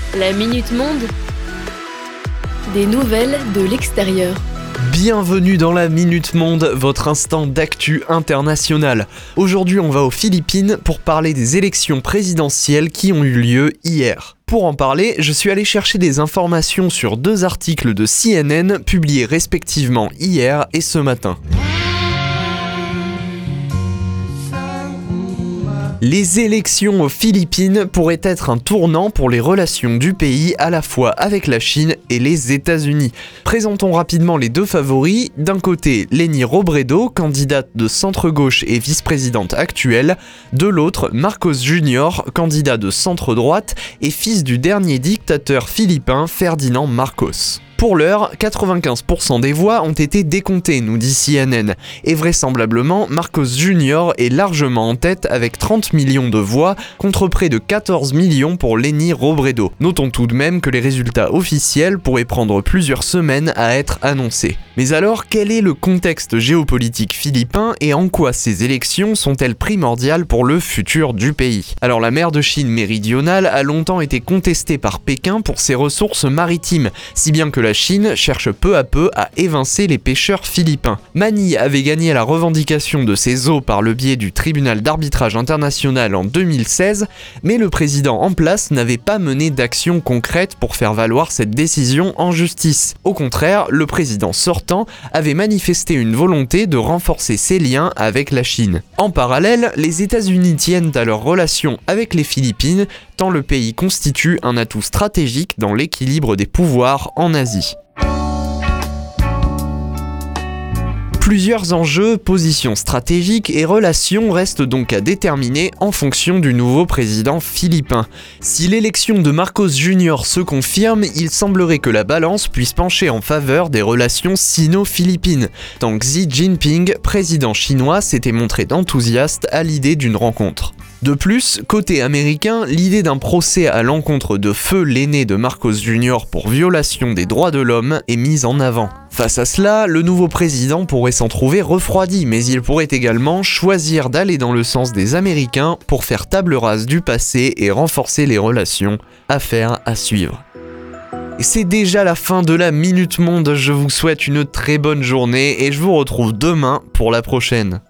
La Minute Monde. Des nouvelles de l'extérieur. Bienvenue dans la Minute Monde, votre instant d'actu international. Aujourd'hui, on va aux Philippines pour parler des élections présidentielles qui ont eu lieu hier. Pour en parler, je suis allé chercher des informations sur deux articles de CNN publiés respectivement hier et ce matin. Les élections aux Philippines pourraient être un tournant pour les relations du pays à la fois avec la Chine et les États-Unis. Présentons rapidement les deux favoris. D'un côté, Leni Robredo, candidate de centre-gauche et vice-présidente actuelle. De l'autre, Marcos Jr., candidat de centre-droite et fils du dernier dictateur philippin Ferdinand Marcos. Pour l'heure, 95% des voix ont été décomptées, nous dit CNN. Et vraisemblablement, Marcos Jr. est largement en tête avec 30 millions de voix contre près de 14 millions pour Leni Robredo. Notons tout de même que les résultats officiels pourraient prendre plusieurs semaines à être annoncés. Mais alors, quel est le contexte géopolitique philippin et en quoi ces élections sont-elles primordiales pour le futur du pays ? Alors la mer de Chine méridionale a longtemps été contestée par Pékin pour ses ressources maritimes, si bien que la Chine cherche peu à peu à évincer les pêcheurs philippins. Manille avait gagné la revendication de ses eaux par le biais du tribunal d'arbitrage international en 2016, mais le président en place n'avait pas mené d'action concrète pour faire valoir cette décision en justice. Au contraire, le président sortant avait manifesté une volonté de renforcer ses liens avec la Chine. En parallèle, les États-Unis tiennent à leur relation avec les Philippines, tant le pays constitue un atout stratégique dans l'équilibre des pouvoirs en Asie. Plusieurs enjeux, positions stratégiques et relations restent donc à déterminer en fonction du nouveau président philippin. Si l'élection de Marcos Jr. se confirme, il semblerait que la balance puisse pencher en faveur des relations sino-philippines, tant Xi Jinping, président chinois, s'était montré enthousiaste à l'idée d'une rencontre. De plus, côté américain, l'idée d'un procès à l'encontre de Feu, l'aîné de Marcos Jr. pour violation des droits de l'homme est mise en avant. Face à cela, le nouveau président pourrait s'en trouver refroidi, mais il pourrait également choisir d'aller dans le sens des Américains pour faire table rase du passé et renforcer les relations. Affaire à suivre. Et c'est déjà la fin de la Minute Monde, je vous souhaite une très bonne journée et je vous retrouve demain pour la prochaine.